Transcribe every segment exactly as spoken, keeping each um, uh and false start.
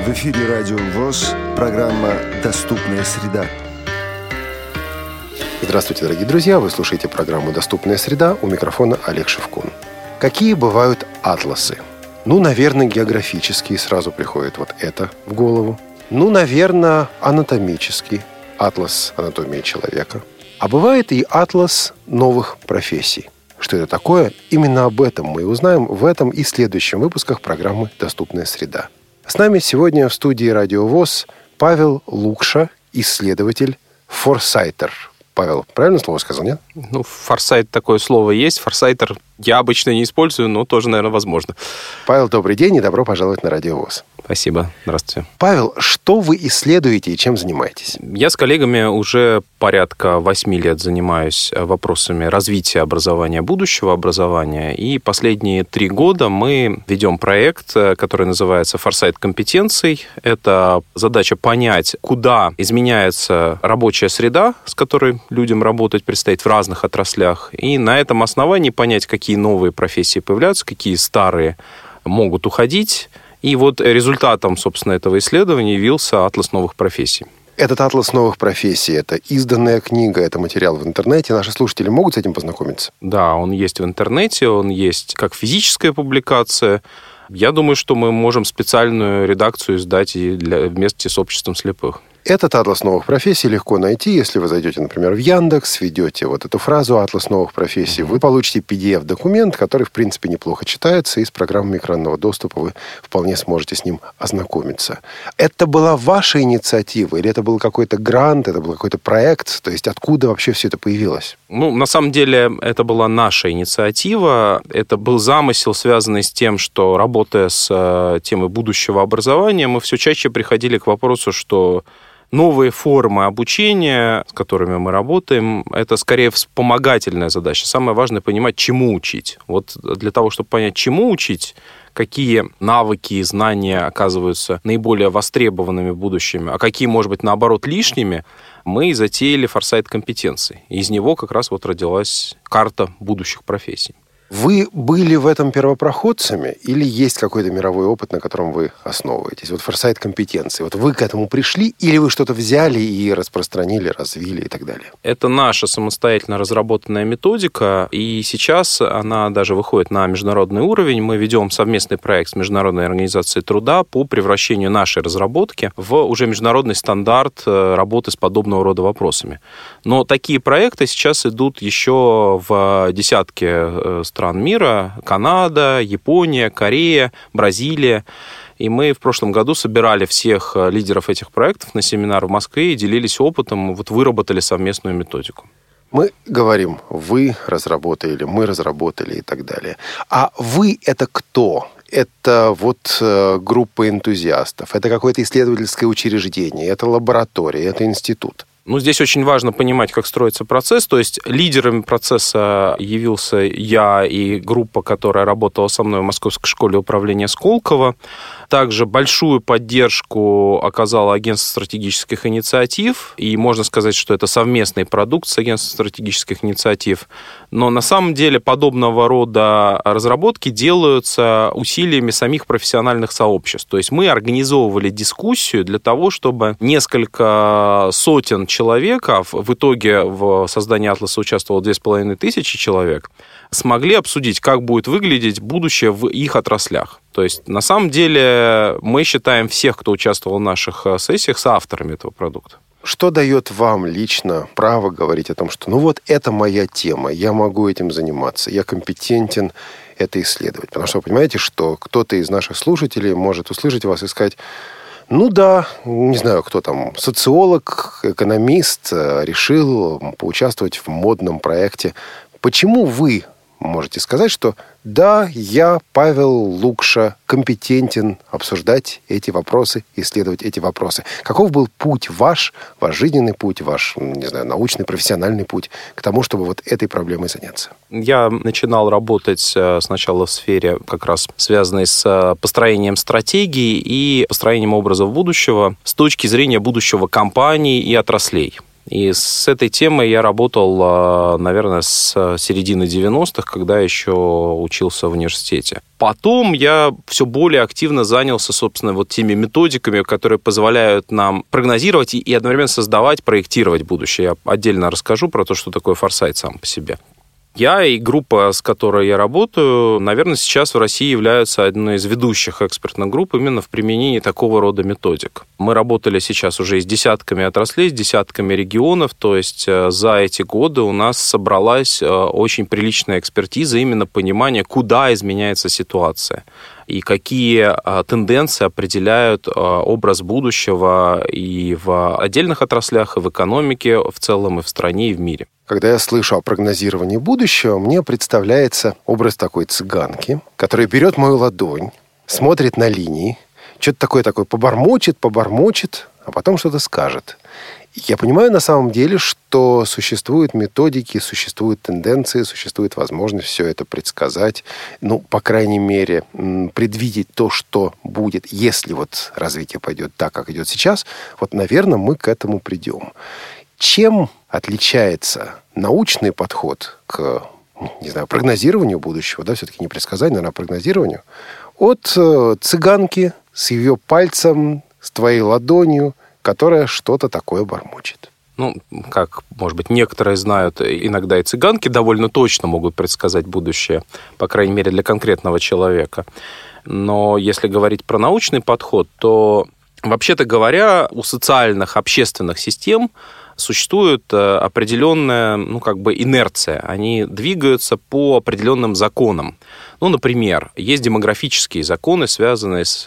В эфире Радио ВОС, программа «Доступная среда». Здравствуйте, дорогие друзья! Вы слушаете программу «Доступная среда». У микрофона Олег Шевкун. Какие бывают атласы? Ну, наверное, географические. Сразу приходит вот это в голову. Ну, наверное, анатомический. Атлас анатомии человека. А бывает и атлас новых профессий. Что это такое? Именно об этом мы узнаем в этом и следующем выпусках программы «Доступная среда». С нами сегодня в студии Радио ВОС Павел Лукша, исследователь, форсайтер. Павел, правильно слово сказал, нет? Ну, форсайт такое слово есть. Форсайтер я обычно не использую, но тоже, наверное, возможно. Павел, добрый день и добро пожаловать на Радио ВОС. Спасибо. Здравствуйте. Павел, что вы исследуете и чем занимаетесь? Я с коллегами уже порядка восьми лет занимаюсь вопросами развития образования, будущего образования. И последние три года мы ведем проект, который называется «Форсайт компетенций». Это задача понять, куда изменяется рабочая среда, с которой людям работать предстоит в разных отраслях. И на этом основании понять, какие новые профессии появляются, какие старые могут уходить. И вот результатом, собственно, этого исследования явился атлас новых профессий. Этот атлас новых профессий – это изданная книга, это материал в интернете. Наши слушатели могут с этим познакомиться? Да, он есть в интернете, он есть как физическая публикация. Я думаю, что мы можем специальную редакцию издать и для, вместе с обществом слепых. Этот атлас новых профессий легко найти, если вы зайдете, например, в Яндекс, введете вот эту фразу «атлас новых профессий», вы получите пи ди эф-документ, который, в принципе, неплохо читается, и с программами экранного доступа вы вполне сможете с ним ознакомиться. Это была ваша инициатива, или это был какой-то грант, это был какой-то проект? То есть откуда вообще все это появилось? Ну, на самом деле, это была наша инициатива. Это был замысел, связанный с тем, что, работая с темой будущего образования, мы все чаще приходили к вопросу, что новые формы обучения, с которыми мы работаем, это скорее вспомогательная задача. Самое важное — понимать, чему учить. Вот для того, чтобы понять, чему учить, какие навыки и знания оказываются наиболее востребованными в будущем, а какие, может быть, наоборот, лишними, мы затеяли форсайт компетенций. Из него как раз вот родилась карта будущих профессий. Вы были в этом первопроходцами или есть какой-то мировой опыт, на котором вы основываетесь? Вот форсайт компетенции. Вот вы к этому пришли или вы что-то взяли и распространили, развили и так далее? Это наша самостоятельно разработанная методика, и сейчас она даже выходит на международный уровень. Мы ведем совместный проект с Международной организацией труда по превращению нашей разработки в уже международный стандарт работы с подобного рода вопросами. Но такие проекты сейчас идут еще в десятке стран мира: Канада, Япония, Корея, Бразилия. И мы в прошлом году собирали всех лидеров этих проектов на семинар в Москве и делились опытом, вот выработали совместную методику. Мы говорим, вы разработали, мы разработали и так далее. А вы — это кто? Это вот группа энтузиастов, это какое-то исследовательское учреждение, это лаборатория, это институт. Ну, здесь очень важно понимать, как строится процесс. То есть лидерами процесса явился я и группа, которая работала со мной в Московской школе управления Сколково. Также большую поддержку оказало агентство стратегических инициатив. И можно сказать, что это совместный продукт с агентством стратегических инициатив. Но на самом деле подобного рода разработки делаются усилиями самих профессиональных сообществ. То есть мы организовывали дискуссию для того, чтобы несколько сотен человек, а в итоге в создании атласа участвовало две с половиной тысячи человек, смогли обсудить, как будет выглядеть будущее в их отраслях. То есть, на самом деле, мы считаем всех, кто участвовал в наших сессиях, соавторами этого продукта. Что дает вам лично право говорить о том, что ну вот это моя тема, я могу этим заниматься, я компетентен это исследовать? Потому что вы понимаете, что кто-то из наших слушателей может услышать вас и сказать: ну да, не знаю, кто там, социолог, экономист, решил поучаствовать в модном проекте. Почему вы можете сказать, что да, я, Павел Лукша, компетентен обсуждать эти вопросы, исследовать эти вопросы? Каков был путь ваш, ваш жизненный путь, ваш, не знаю, научный, профессиональный путь к тому, чтобы вот этой проблемой заняться? Я начинал работать сначала в сфере, как раз связанной с построением стратегий и построением образов будущего с точки зрения будущего компаний и отраслей. И с этой темой я работал, наверное, с середины девяностых, когда еще учился в университете. Потом я все более активно занялся, собственно, вот теми методиками, которые позволяют нам прогнозировать и одновременно создавать, проектировать будущее. Я отдельно расскажу про то, что такое форсайт сам по себе. Я и группа, с которой я работаю, наверное, сейчас в России являются одной из ведущих экспертных групп именно в применении такого рода методик. Мы работали сейчас уже с десятками отраслей, с десятками регионов, то есть за эти годы у нас собралась очень приличная экспертиза, именно понимание, куда изменяется ситуация и какие тенденции определяют образ будущего и в отдельных отраслях, и в экономике в целом, и в стране, и в мире. Когда я слышу о прогнозировании будущего, мне представляется образ такой цыганки, которая берет мою ладонь, смотрит на линии, что-то такое-такое побормочет, побормочет, а потом что-то скажет. Я понимаю на самом деле, что существуют методики, существуют тенденции, существует возможность все это предсказать, ну, по крайней мере, предвидеть то, что будет, если вот развитие пойдет так, как идет сейчас, вот, наверное, мы к этому придем. Чем отличается научный подход к, не знаю, прогнозированию будущего, да, все-таки не предсказанию, наверное, а прогнозированию, от э, цыганки с ее пальцем, с твоей ладонью, которая что-то такое бормочет? Ну, как, может быть, некоторые знают, иногда и цыганки довольно точно могут предсказать будущее, по крайней мере, для конкретного человека. Но если говорить про научный подход, то, вообще-то говоря, у социальных, общественных систем существует определенная, ну, как бы инерция. Они двигаются по определенным законам. Ну, например, есть демографические законы, связанные с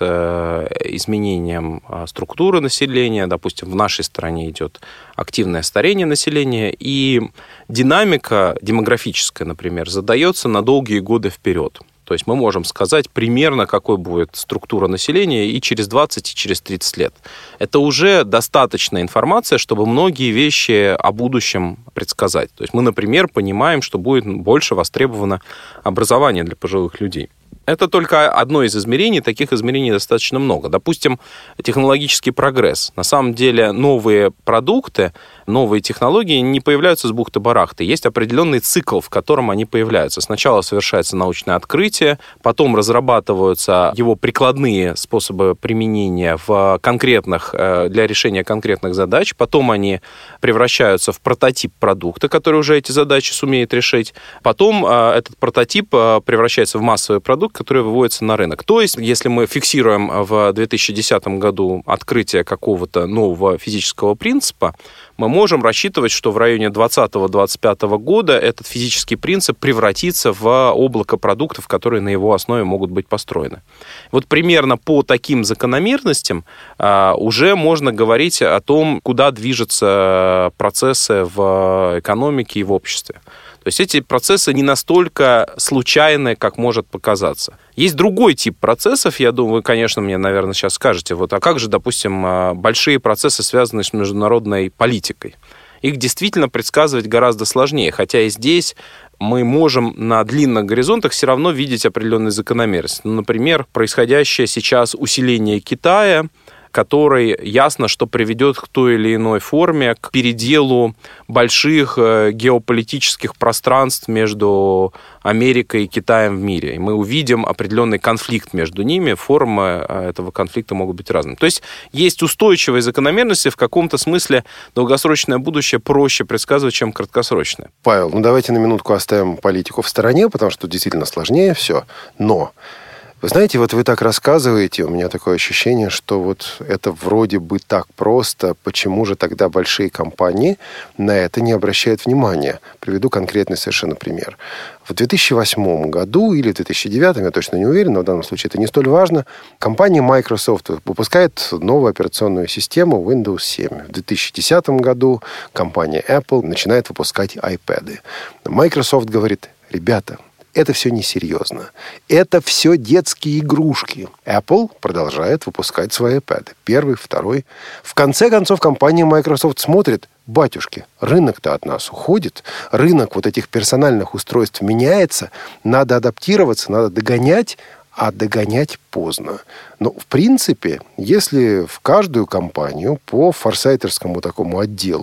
изменением структуры населения. Допустим, в нашей стране идет активное старение населения, и динамика демографическая, например, задается на долгие годы вперед. То есть мы можем сказать примерно, какой будет структура населения и через двадцать, и через тридцать лет. Это уже достаточная информация, чтобы многие вещи о будущем предсказать. То есть мы, например, понимаем, что будет больше востребовано образование для пожилых людей. Это только одно из измерений, таких измерений достаточно много. Допустим, технологический прогресс. На самом деле новые продукты, новые технологии не появляются с бухты-барахты. Есть определенный цикл, в котором они появляются. Сначала совершается научное открытие, потом разрабатываются его прикладные способы применения в конкретных, для решения конкретных задач, потом они превращаются в прототип продукта, который уже эти задачи сумеет решить, потом этот прототип превращается в массовый продукт, который выводится на рынок. То есть, если мы фиксируем в две тысячи десятом году открытие какого-то нового физического принципа, мы можем рассчитывать, что в районе двадцатого — двадцать пятого года этот физический принцип превратится в облако продуктов, которые на его основе могут быть построены. Вот примерно по таким закономерностям а, уже можно говорить о том, куда движутся процессы в экономике и в обществе. То есть эти процессы не настолько случайны, как может показаться. Есть другой тип процессов, я думаю, вы, конечно, мне, наверное, сейчас скажете, вот, а как же, допустим, большие процессы, связанные с международной политикой? Их действительно предсказывать гораздо сложнее, хотя и здесь мы можем на длинных горизонтах все равно видеть определенные закономерности. Ну, например, происходящее сейчас усиление Китая, который ясно, что приведет к той или иной форме, к переделу больших геополитических пространств между Америкой и Китаем в мире. И мы увидим определенный конфликт между ними, формы этого конфликта могут быть разными. То есть есть устойчивые закономерности, в каком-то смысле долгосрочное будущее проще предсказывать, чем краткосрочное. Павел, ну давайте на минутку оставим политику в стороне, потому что действительно сложнее все, но... Вы знаете, вот вы так рассказываете, у меня такое ощущение, что вот это вроде бы так просто, почему же тогда большие компании на это не обращают внимания? Приведу конкретный совершенно пример. В две тысячи восьмом году или в две тысячи девятом, я точно не уверен, но в данном случае это не столь важно, компания Microsoft выпускает новую операционную систему Windows семь. В две тысячи десятом году компания Apple начинает выпускать iPad. Microsoft говорит: ребята, это все несерьезно. Это все детские игрушки. Apple продолжает выпускать свои iPad. Первый, второй. В конце концов, компания Microsoft смотрит: батюшки, рынок-то от нас уходит. Рынок вот этих персональных устройств меняется. Надо адаптироваться, надо догонять. А догонять поздно. Но, в принципе, если в каждую компанию по форсайтерскому такому отделу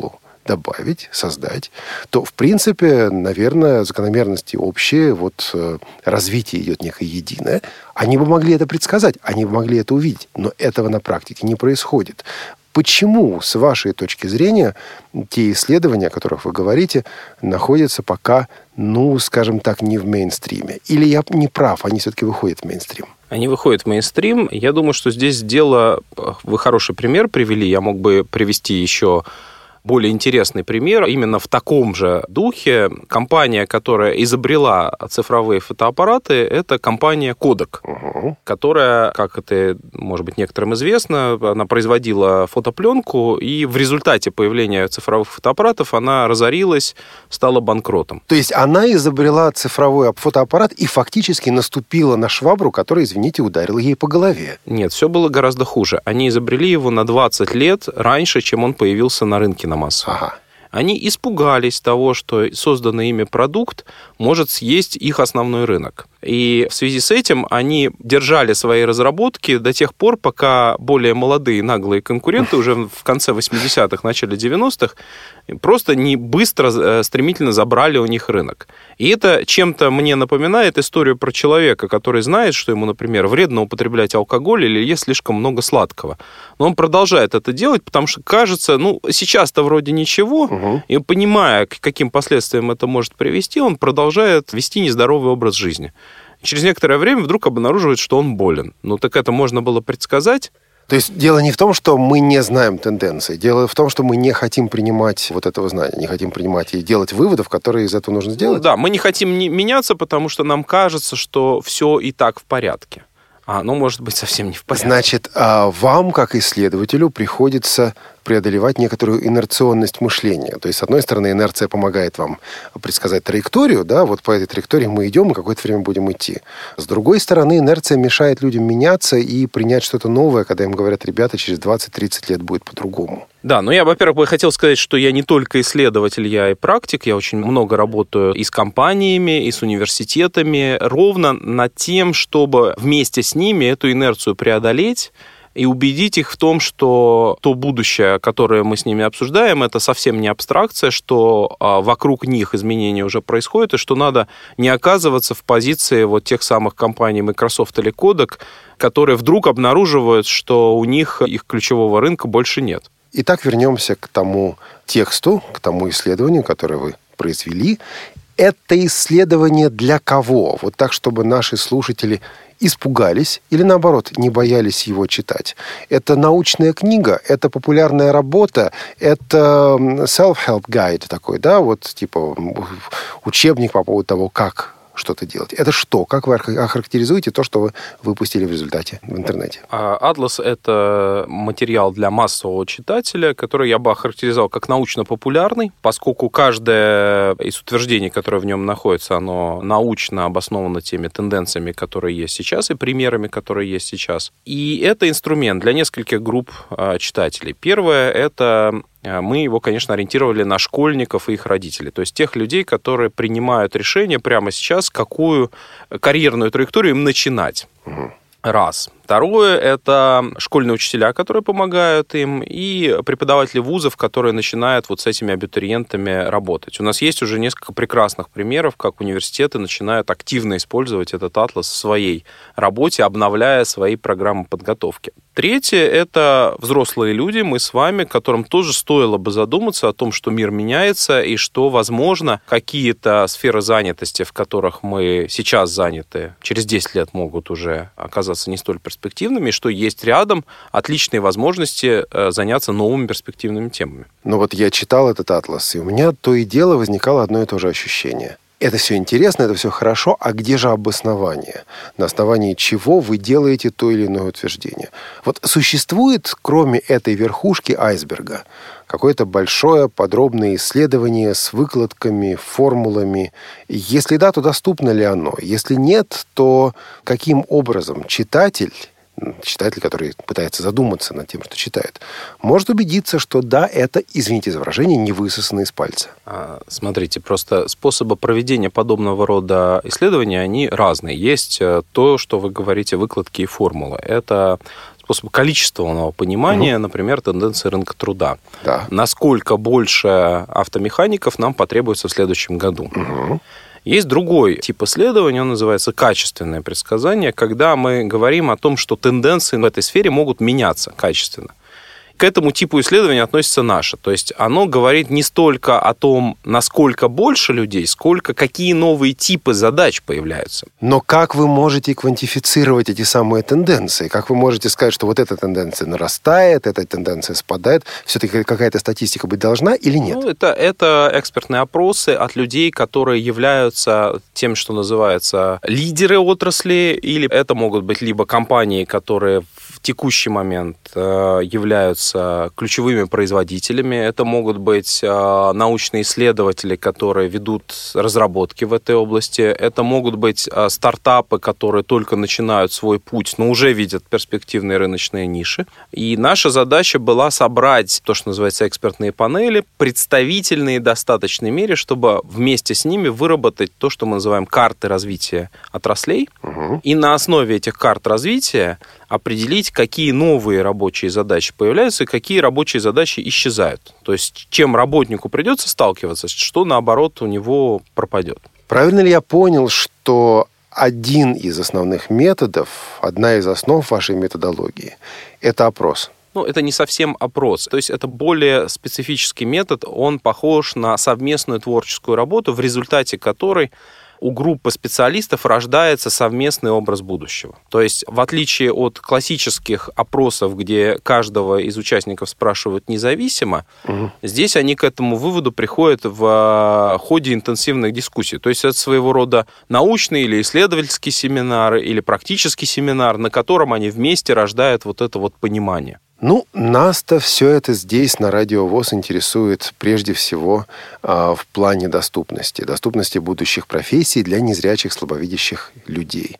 добавить, создать, то, в принципе, наверное, закономерности общие, вот развитие идет некое единое. Они бы могли это предсказать, они бы могли это увидеть, но этого на практике не происходит. Почему, с вашей точки зрения, те исследования, о которых вы говорите, находятся пока, ну, скажем так, не в мейнстриме? Или я не прав, они все-таки выходят в мейнстрим? Они выходят в мейнстрим. Я думаю, что здесь дело... Вы хороший пример привели. Я мог бы привести еще более интересный пример. Именно в таком же духе компания, которая изобрела цифровые фотоаппараты, это компания Kodak, угу. которая, как это, может быть, некоторым известно, она производила фотопленку, и в результате появления цифровых фотоаппаратов она разорилась, стала банкротом. То есть она изобрела цифровой фотоаппарат и фактически наступила на швабру, которая, извините, ударила ей по голове. Нет, все было гораздо хуже. Они изобрели его на двадцать лет раньше, чем он появился на рынке на массу. Ага. Они испугались того, что созданный ими продукт может съесть их основной рынок. И в связи с этим они держали свои разработки до тех пор, пока более молодые наглые конкуренты уже в конце восьмидесятых, начале девяностых просто не быстро, стремительно забрали у них рынок. И это чем-то мне напоминает историю про человека, который знает, что ему, например, вредно употреблять алкоголь или есть слишком много сладкого. Но он продолжает это делать, потому что кажется, ну, сейчас-то вроде ничего, угу. и понимая, к каким последствиям это может привести, он продолжает вести нездоровый образ жизни. Через некоторое время вдруг обнаруживает, что он болен. Ну, так это можно было предсказать. То есть дело не в том, что мы не знаем тенденции. Дело в том, что мы не хотим принимать вот этого знания, не хотим принимать и делать выводов, которые из этого нужно сделать. Ну, да, мы не хотим не меняться, потому что нам кажется, что все и так в порядке. А оно может быть совсем не в порядке. Значит, вам, как исследователю, приходится преодолевать некоторую инерционность мышления. То есть, с одной стороны, инерция помогает вам предсказать траекторию, да, вот по этой траектории мы идем и какое-то время будем идти. С другой стороны, инерция мешает людям меняться и принять что-то новое, когда им говорят, ребята, через двадцать-тридцать лет будет по-другому. Да, но я, во-первых, бы хотел сказать, что я не только исследователь, я и практик. Я очень много работаю и с компаниями, и с университетами, ровно над тем, чтобы вместе с ними эту инерцию преодолеть и убедить их в том, что то будущее, которое мы с ними обсуждаем, это совсем не абстракция, что вокруг них изменения уже происходят, и что надо не оказываться в позиции вот тех самых компаний Microsoft или Kodak, которые вдруг обнаруживают, что у них их ключевого рынка больше нет. Итак, вернемся к тому тексту, к тому исследованию, которое вы произвели. Это исследование для кого? Вот так, чтобы наши слушатели испугались или, наоборот, не боялись его читать. Это научная книга, это популярная работа, это self-help guide такой, да, вот типа учебник по поводу того, как что-то делать. Это что? Как вы охарактеризуете то, что вы выпустили в результате в интернете? Атлас — это материал для массового читателя, который я бы охарактеризовал как научно-популярный, поскольку каждое из утверждений, которое в нем находится, оно научно обосновано теми тенденциями, которые есть сейчас, и примерами, которые есть сейчас. И это инструмент для нескольких групп читателей. Первое — это мы его, конечно, ориентировали на школьников и их родителей, то есть тех людей, которые принимают решение прямо сейчас, какую карьерную траекторию им начинать. Угу. Раз. Второе – это школьные учителя, которые помогают им, и преподаватели вузов, которые начинают вот с этими абитуриентами работать. У нас есть уже несколько прекрасных примеров, как университеты начинают активно использовать этот атлас в своей работе, обновляя свои программы подготовки. Третье – это взрослые люди, мы с вами, которым тоже стоило бы задуматься о том, что мир меняется, и что, возможно, какие-то сферы занятости, в которых мы сейчас заняты, через десять лет могут уже оказаться не столь перспективными, что есть рядом отличные возможности заняться новыми перспективными темами. Ну вот я читал этот атлас, и у меня то и дело возникало одно и то же ощущение. Это все интересно, это все хорошо, а где же обоснование? На основании чего вы делаете то или иное утверждение? Вот существует, кроме этой верхушки айсберга, какое-то большое подробное исследование с выкладками, формулами? Если да, то доступно ли оно? Если нет, то каким образом читатель, читатель, который пытается задуматься над тем, что читает, может убедиться, что да, это, извините за выражение, не высосано из пальца? Смотрите, просто способы проведения подобного рода исследований, они разные. Есть то, что вы говорите, выкладки и формулы. Это способа количественного понимания, угу. например, тенденции рынка труда. Да. Насколько больше автомехаников нам потребуется в следующем году. Угу. Есть другой тип исследования, он называется качественное предсказание, когда мы говорим о том, что тенденции в этой сфере могут меняться качественно. К этому типу исследования относится наше. То есть оно говорит не столько о том, насколько больше людей, сколько какие новые типы задач появляются. Но как вы можете квантифицировать эти самые тенденции? Как вы можете сказать, что вот эта тенденция нарастает, эта тенденция спадает? Все-таки какая-то статистика быть должна или нет? Ну, это, это экспертные опросы от людей, которые являются тем, что называется лидеры отрасли, или это могут быть либо компании, которые в текущий момент являются ключевыми производителями. Это могут быть научные исследователи, которые ведут разработки в этой области. Это могут быть стартапы, которые только начинают свой путь, но уже видят перспективные рыночные ниши. И наша задача была собрать то, что называется экспертные панели, представительные в достаточной мере, чтобы вместе с ними выработать то, что мы называем карты развития отраслей. Угу. И на основе этих карт развития определить, какие новые рабочие задачи появляются и какие рабочие задачи исчезают. То есть, чем работнику придется сталкиваться, что, наоборот, у него пропадет. Правильно ли я понял, что один из основных методов, одна из основ вашей методологии – это опрос? Ну, это не совсем опрос. То есть, это более специфический метод. Он похож на совместную творческую работу, в результате которой у группы специалистов рождается совместный образ будущего. То есть, в отличие от классических опросов, где каждого из участников спрашивают независимо, угу. здесь они к этому выводу приходят в ходе интенсивных дискуссий. То есть, это своего рода научный или исследовательский семинар, или практический семинар, на котором они вместе рождают вот это вот понимание. Ну, нас-то все это здесь, на Радио ВОС, интересует прежде всего э, в плане доступности. Доступности будущих профессий для незрячих, слабовидящих людей.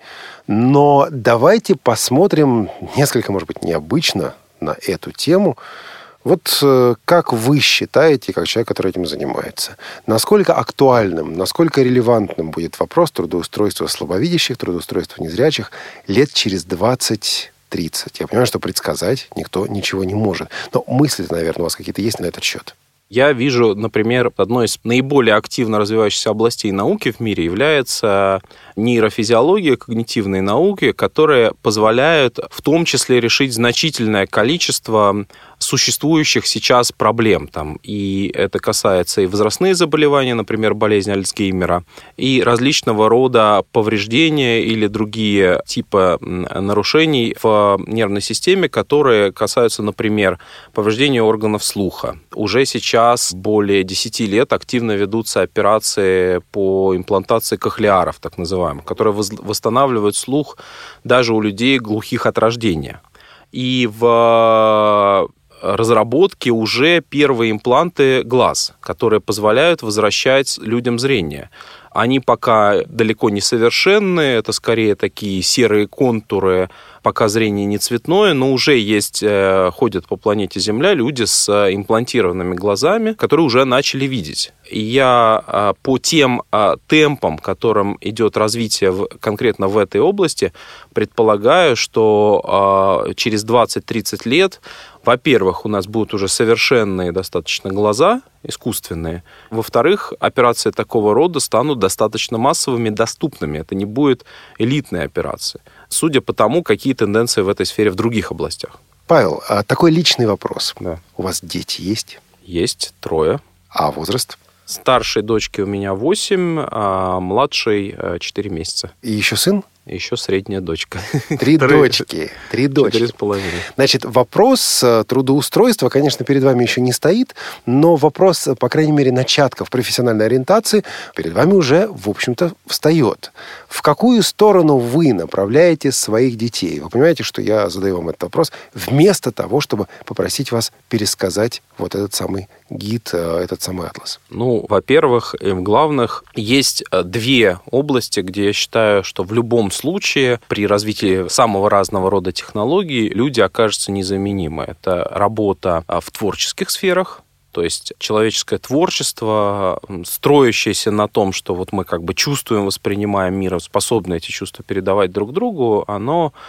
Но давайте посмотрим несколько, может быть, необычно на эту тему. Вот э, как вы считаете, как человек, который этим занимается, насколько актуальным, насколько релевантным будет вопрос трудоустройства слабовидящих, трудоустройства незрячих лет через двадцать тридцать. Я понимаю, что предсказать никто ничего не может. Но мысли, наверное, у вас какие-то есть на этот счет? Я вижу, например, одной из наиболее активно развивающихся областей науки в мире является нейрофизиология, когнитивные науки, которые позволяют в том числе решить значительное количество существующих сейчас проблем. Там, и это касается и возрастных заболеваний, например, болезнь Альцгеймера, и различного рода повреждения или другие типы нарушений в нервной системе, которые касаются, например, повреждения органов слуха. Уже сейчас более десяти лет активно ведутся операции по имплантации кохлеаров, так называемых, которые восстанавливают слух даже у людей глухих от рождения. И в разработке уже первые импланты глаз, которые позволяют возвращать людям зрение. Они пока далеко не совершенны, это скорее такие серые контуры, пока зрение не цветное, но уже есть, ходят по планете Земля люди с имплантированными глазами, которые уже начали видеть. И я по тем темпам, которым идет развитие конкретно в этой области, предполагаю, что через двадцать-тридцать лет, во-первых, у нас будут уже совершенные достаточно глаза, искусственные. Во-вторых, операции такого рода станут достаточно массовыми, доступными. Это не будет элитной операции. Судя по тому, какие тенденции в этой сфере в других областях. Павел, а такой личный вопрос. Да. У вас дети есть? Есть, трое. А возраст? Старшей дочке у меня восемь, а младшей четыре месяца. И еще сын? Еще средняя дочка. Три дочки. Три дочки. Четыре с половиной. Значит, вопрос трудоустройства, конечно, перед вами еще не стоит, но вопрос, по крайней мере, начатков профессиональной ориентации перед вами уже, в общем-то, встает. В какую сторону вы направляете своих детей? Вы понимаете, что я задаю вам этот вопрос вместо того, чтобы попросить вас пересказать вот этот самый гид, этот самый атлас? Ну, во-первых, и в главных, есть две области, где я считаю, что в любом случае при развитии самого разного рода технологий люди окажутся незаменимы. Это работа в творческих сферах, то есть человеческое творчество, строящееся на том, что вот мы как бы чувствуем, воспринимаем мир, способны эти чувства передавать друг другу, оно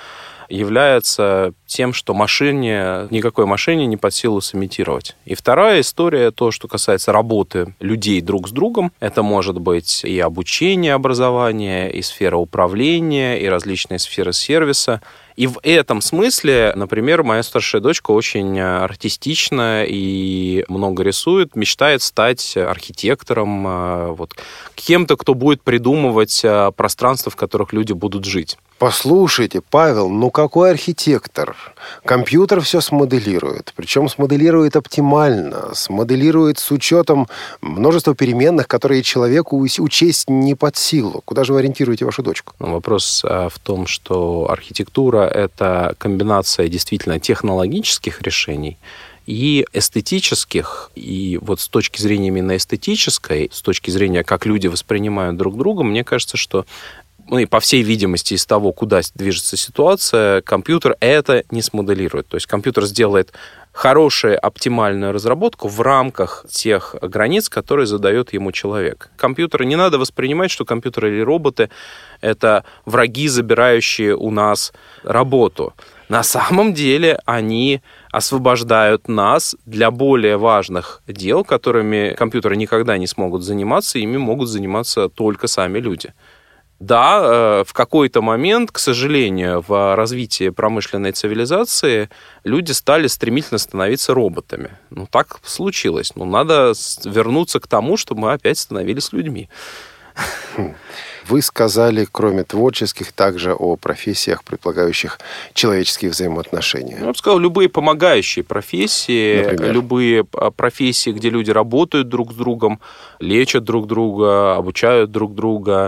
является тем, что машине, никакой машине не под силу сымитировать. И вторая история, то, что касается работы людей друг с другом, это может быть и обучение, образование, и сфера управления, и различные сферы сервиса. И в этом смысле, например, моя старшая дочка очень артистична и много рисует, мечтает стать архитектором, вот, кем-то, кто будет придумывать пространства, в которых люди будут жить. Послушайте, Павел, ну какой архитектор? Компьютер все смоделирует, причем смоделирует оптимально, смоделирует с учетом множества переменных, которые человеку учесть не под силу. Куда же вы ориентируете вашу дочку? Вопрос в том, что архитектура — это комбинация действительно технологических решений и эстетических. И вот с точки зрения именно эстетической, с точки зрения, как люди воспринимают друг друга, мне кажется, что, ну и по всей видимости из того, куда движется ситуация, компьютер это не смоделирует. То есть компьютер сделает хорошую, оптимальную разработку в рамках тех границ, которые задает ему человек. Компьютеры не надо воспринимать, что компьютеры или роботы — это враги, забирающие у нас работу. На самом деле они освобождают нас для более важных дел, которыми компьютеры никогда не смогут заниматься, ими могут заниматься только сами люди. Да, в какой-то момент, к сожалению, в развитии промышленной цивилизации люди стали стремительно становиться роботами. Ну, так случилось. Ну, надо вернуться к тому, чтобы мы опять становились людьми. Вы сказали, кроме творческих, также о профессиях, предполагающих человеческие взаимоотношения. Я бы сказал, любые помогающие профессии, Например? любые профессии, где люди работают друг с другом, лечат друг друга, обучают друг друга,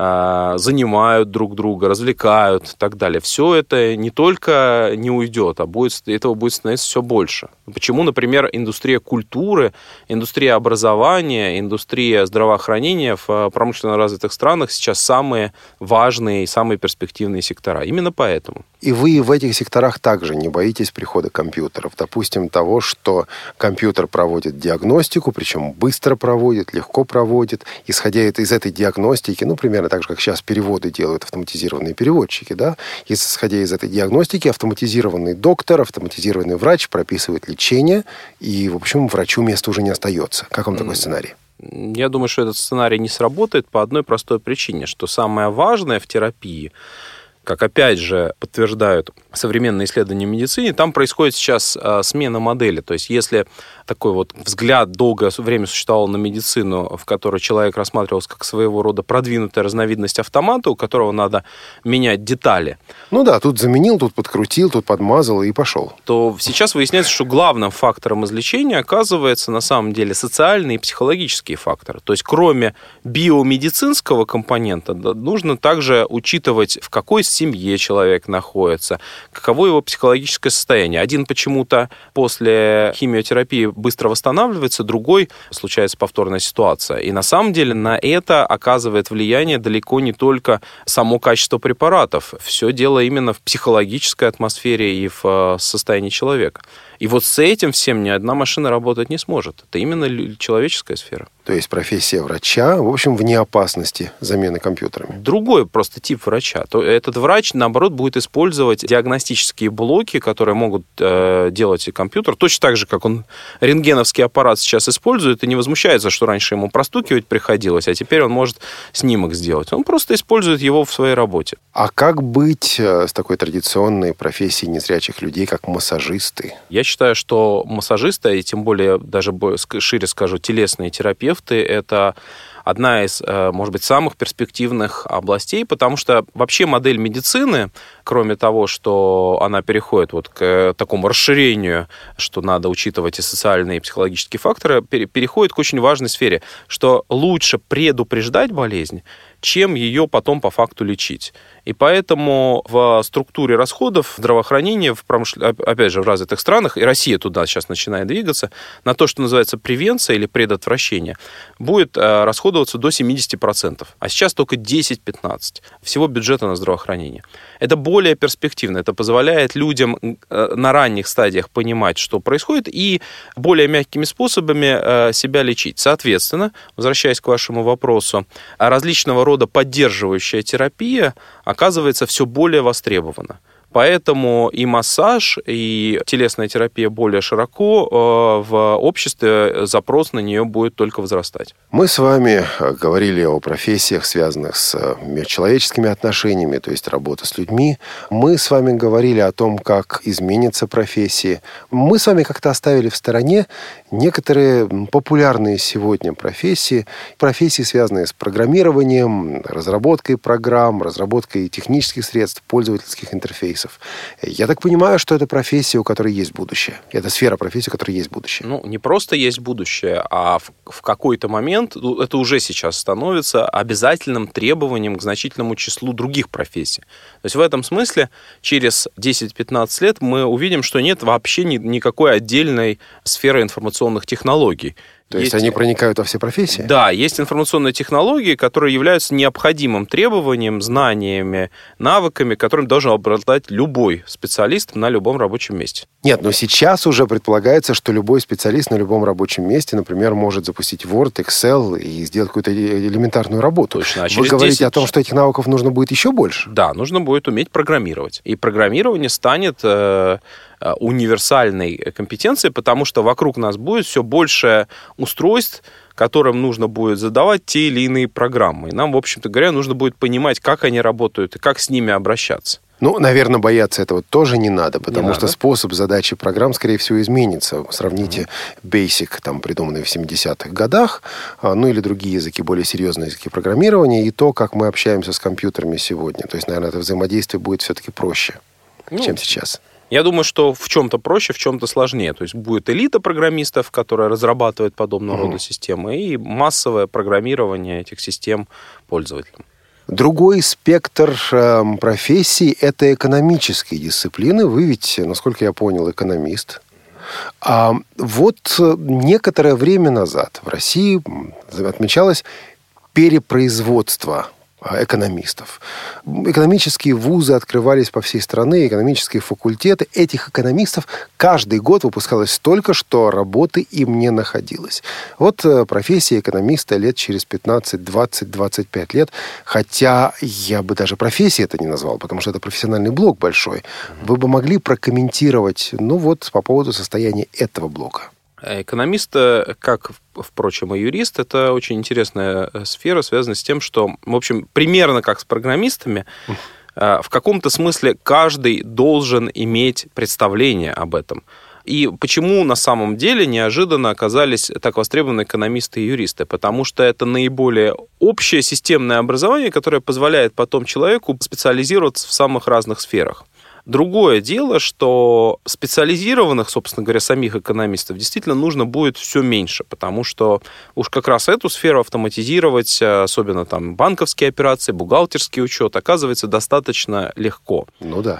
занимают друг друга, развлекают и так далее. Все это не только не уйдет, а будет, этого будет становиться все больше. Почему, например, индустрия культуры, индустрия образования, индустрия здравоохранения в промышленно развитых странах сейчас самые важные и самые перспективные сектора? Именно поэтому. И вы в этих секторах также не боитесь прихода компьютеров. Допустим, того, что компьютер проводит диагностику, причем быстро проводит, легко проводит. Исходя из этой диагностики, ну, примерно так же, как сейчас переводы делают автоматизированные переводчики, да, исходя из этой диагностики, автоматизированный доктор, автоматизированный врач прописывает лечение, и, в общем, врачу места уже не остается. Как вам такой сценарий? Я думаю, что этот сценарий не сработает по одной простой причине, что самое важное в терапии, как опять же подтверждают современные исследования в медицине, там происходит сейчас а, смена модели. То есть если такой вот взгляд долгое время существовал на медицину, в которой человек рассматривался как своего рода продвинутая разновидность автомата, у которого надо менять детали. Ну да, тут заменил, тут подкрутил, тут подмазал и пошел. То сейчас выясняется, что главным фактором излечения оказывается на самом деле социальные и психологические факторы. То есть кроме биомедицинского компонента нужно также учитывать, в какой семье человек находится, каково его психологическое состояние. Один почему-то после химиотерапии быстро восстанавливается, другой случается повторная ситуация. И на самом деле на это оказывает влияние далеко не только само качество препаратов. Все дело именно в психологической атмосфере и в состоянии человека. И вот с этим всем ни одна машина работать не сможет. Это именно человеческая сфера. То есть профессия врача, в общем, вне опасности замены компьютерами. Другой просто тип врача. То этот врач, наоборот, будет использовать диагностические блоки, которые могут э, делать и компьютер, точно так же, как он рентгеновский аппарат сейчас использует, и не возмущается, что раньше ему простукивать приходилось, а теперь он может снимок сделать. Он просто использует его в своей работе. А как быть с такой традиционной профессией незрячих людей, как массажисты? Я считаю, что массажисты, и тем более даже шире скажу, телесные терапевты, это одна из, может быть, самых перспективных областей, потому что вообще модель медицины, кроме того, что она переходит вот к такому расширению, что надо учитывать и социальные, и психологические факторы, переходит к очень важной сфере, что лучше предупреждать болезнь, чем ее потом по факту лечить. И поэтому в структуре расходов здравоохранения, в промышл... опять же, в развитых странах, и Россия туда сейчас начинает двигаться, на то, что называется превенция или предотвращение, будет расходоваться до семьдесят процентов. А сейчас только десять-пятнадцать процентов всего бюджета на здравоохранение. Это более перспективно. Это позволяет людям на ранних стадиях понимать, что происходит, и более мягкими способами себя лечить. Соответственно, возвращаясь к вашему вопросу, различного рода поддерживающая терапия оказывается все более востребована. Поэтому и массаж, и телесная терапия более широко в обществе, запрос на нее будет только возрастать. Мы с вами говорили о профессиях, связанных с межчеловеческими отношениями, то есть работа с людьми. Мы с вами говорили о том, как изменятся профессии. Мы с вами как-то оставили в стороне некоторые популярные сегодня профессии. Профессии, связанные с программированием, разработкой программ, разработкой технических средств, пользовательских интерфейсов. Я так понимаю, что это профессия, у которой есть будущее. Это сфера профессии, у которой есть будущее. Ну, не просто есть будущее, а в, в какой-то момент, это уже сейчас становится обязательным требованием к значительному числу других профессий. То есть в этом смысле через десять-пятнадцать лет мы увидим, что нет вообще ни, никакой отдельной сферы информационных технологий. То есть, есть они проникают во все профессии? Да, есть информационные технологии, которые являются необходимым требованием, знаниями, навыками, которым должен обладать любой специалист на любом рабочем месте. Нет, но сейчас уже предполагается, что любой специалист на любом рабочем месте, например, может запустить Word, Excel и сделать какую-то элементарную работу. Точно. А Вы говорите десять... о том, что этих навыков нужно будет еще больше? Да, нужно будет уметь программировать. И программирование станет э, универсальной компетенцией, потому что вокруг нас будет все больше устройств, которым нужно будет задавать те или иные программы. И нам, в общем-то говоря, нужно будет понимать, как они работают и как с ними обращаться. Ну, наверное, бояться этого тоже не надо, потому не что надо. Способ задачи программ, скорее всего, изменится. Сравните mm-hmm. Basic, там, придуманный в семидесятых годах, ну или другие языки, более серьезные языки программирования, и то, как мы общаемся с компьютерами сегодня. То есть, наверное, это взаимодействие будет все-таки проще, ну, чем сейчас. Я думаю, что в чем-то проще, в чем-то сложнее. То есть будет элита программистов, которая разрабатывает подобного mm-hmm. рода системы, и массовое программирование этих систем пользователям. Другой спектр э, профессий – это экономические дисциплины. Вы ведь, насколько я понял, экономист. А вот некоторое время назад в России отмечалось перепроизводство экономистов. Экономические вузы открывались по всей стране, экономические факультеты. Этих экономистов каждый год выпускалось столько, что работы им не находилось. Вот профессия экономиста лет через пятнадцать, двадцать, двадцать пять лет. Хотя я бы даже профессии это не назвал, потому что это профессиональный блок большой. Вы бы могли прокомментировать, ну вот, по поводу состояния этого блока? Экономист, как, впрочем, и юрист, это очень интересная сфера, связанная с тем, что, в общем, примерно как с программистами, в каком-то смысле каждый должен иметь представление об этом. И почему на самом деле неожиданно оказались так востребованы экономисты и юристы? Потому что это наиболее общее системное образование, которое позволяет потом человеку специализироваться в самых разных сферах. Другое дело, что специализированных, собственно говоря, самих экономистов действительно нужно будет все меньше, потому что уж как раз эту сферу автоматизировать, особенно там банковские операции, бухгалтерский учет, оказывается достаточно легко. Ну да.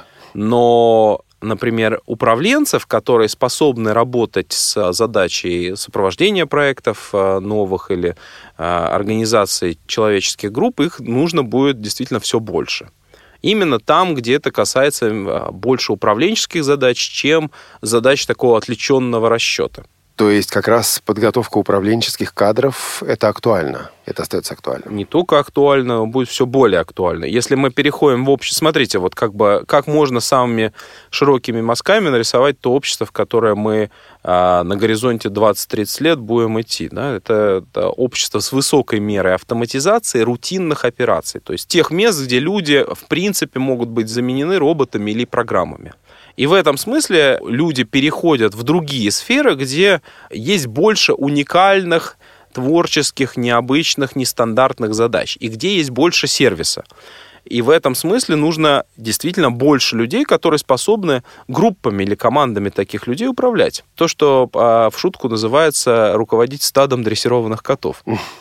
Но, например, управленцев, которые способны работать с задачей сопровождения проектов новых или организации человеческих групп, их нужно будет действительно все больше. Именно там, где это касается больше управленческих задач, чем задач такого отвлеченного расчета. То есть как раз подготовка управленческих кадров – это актуально, это остается актуальным? Не только актуально, будет все более актуально. Если мы переходим в общество, смотрите, вот как бы как можно самыми широкими мазками нарисовать то общество, в которое мы а, на горизонте двадцать-тридцать лет будем идти. Да? Это, это общество с высокой мерой автоматизации рутинных операций, то есть тех мест, где люди, в принципе, могут быть заменены роботами или программами. И в этом смысле люди переходят в другие сферы, где есть больше уникальных, творческих, необычных, нестандартных задач, и где есть больше сервиса. И в этом смысле нужно действительно больше людей, которые способны группами или командами таких людей управлять. То, что в шутку называется руководить стадом дрессированных котов.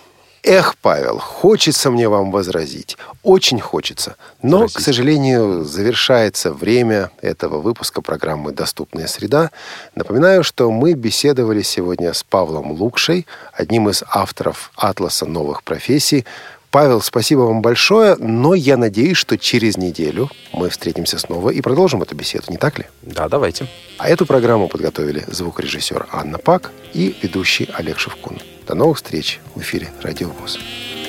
Эх, Павел, хочется мне вам возразить. Очень хочется. Но, Возразить. К сожалению, завершается время этого выпуска программы «Доступная среда». Напоминаю, что мы беседовали сегодня с Павлом Лукшей, одним из авторов «Атласа новых профессий». Павел, спасибо вам большое, но я надеюсь, что через неделю мы встретимся снова и продолжим эту беседу, не так ли? Да, давайте. А эту программу подготовили звукорежиссер Анна Пак и ведущий Олег Шевкун. До новых встреч в эфире Радио ВОС.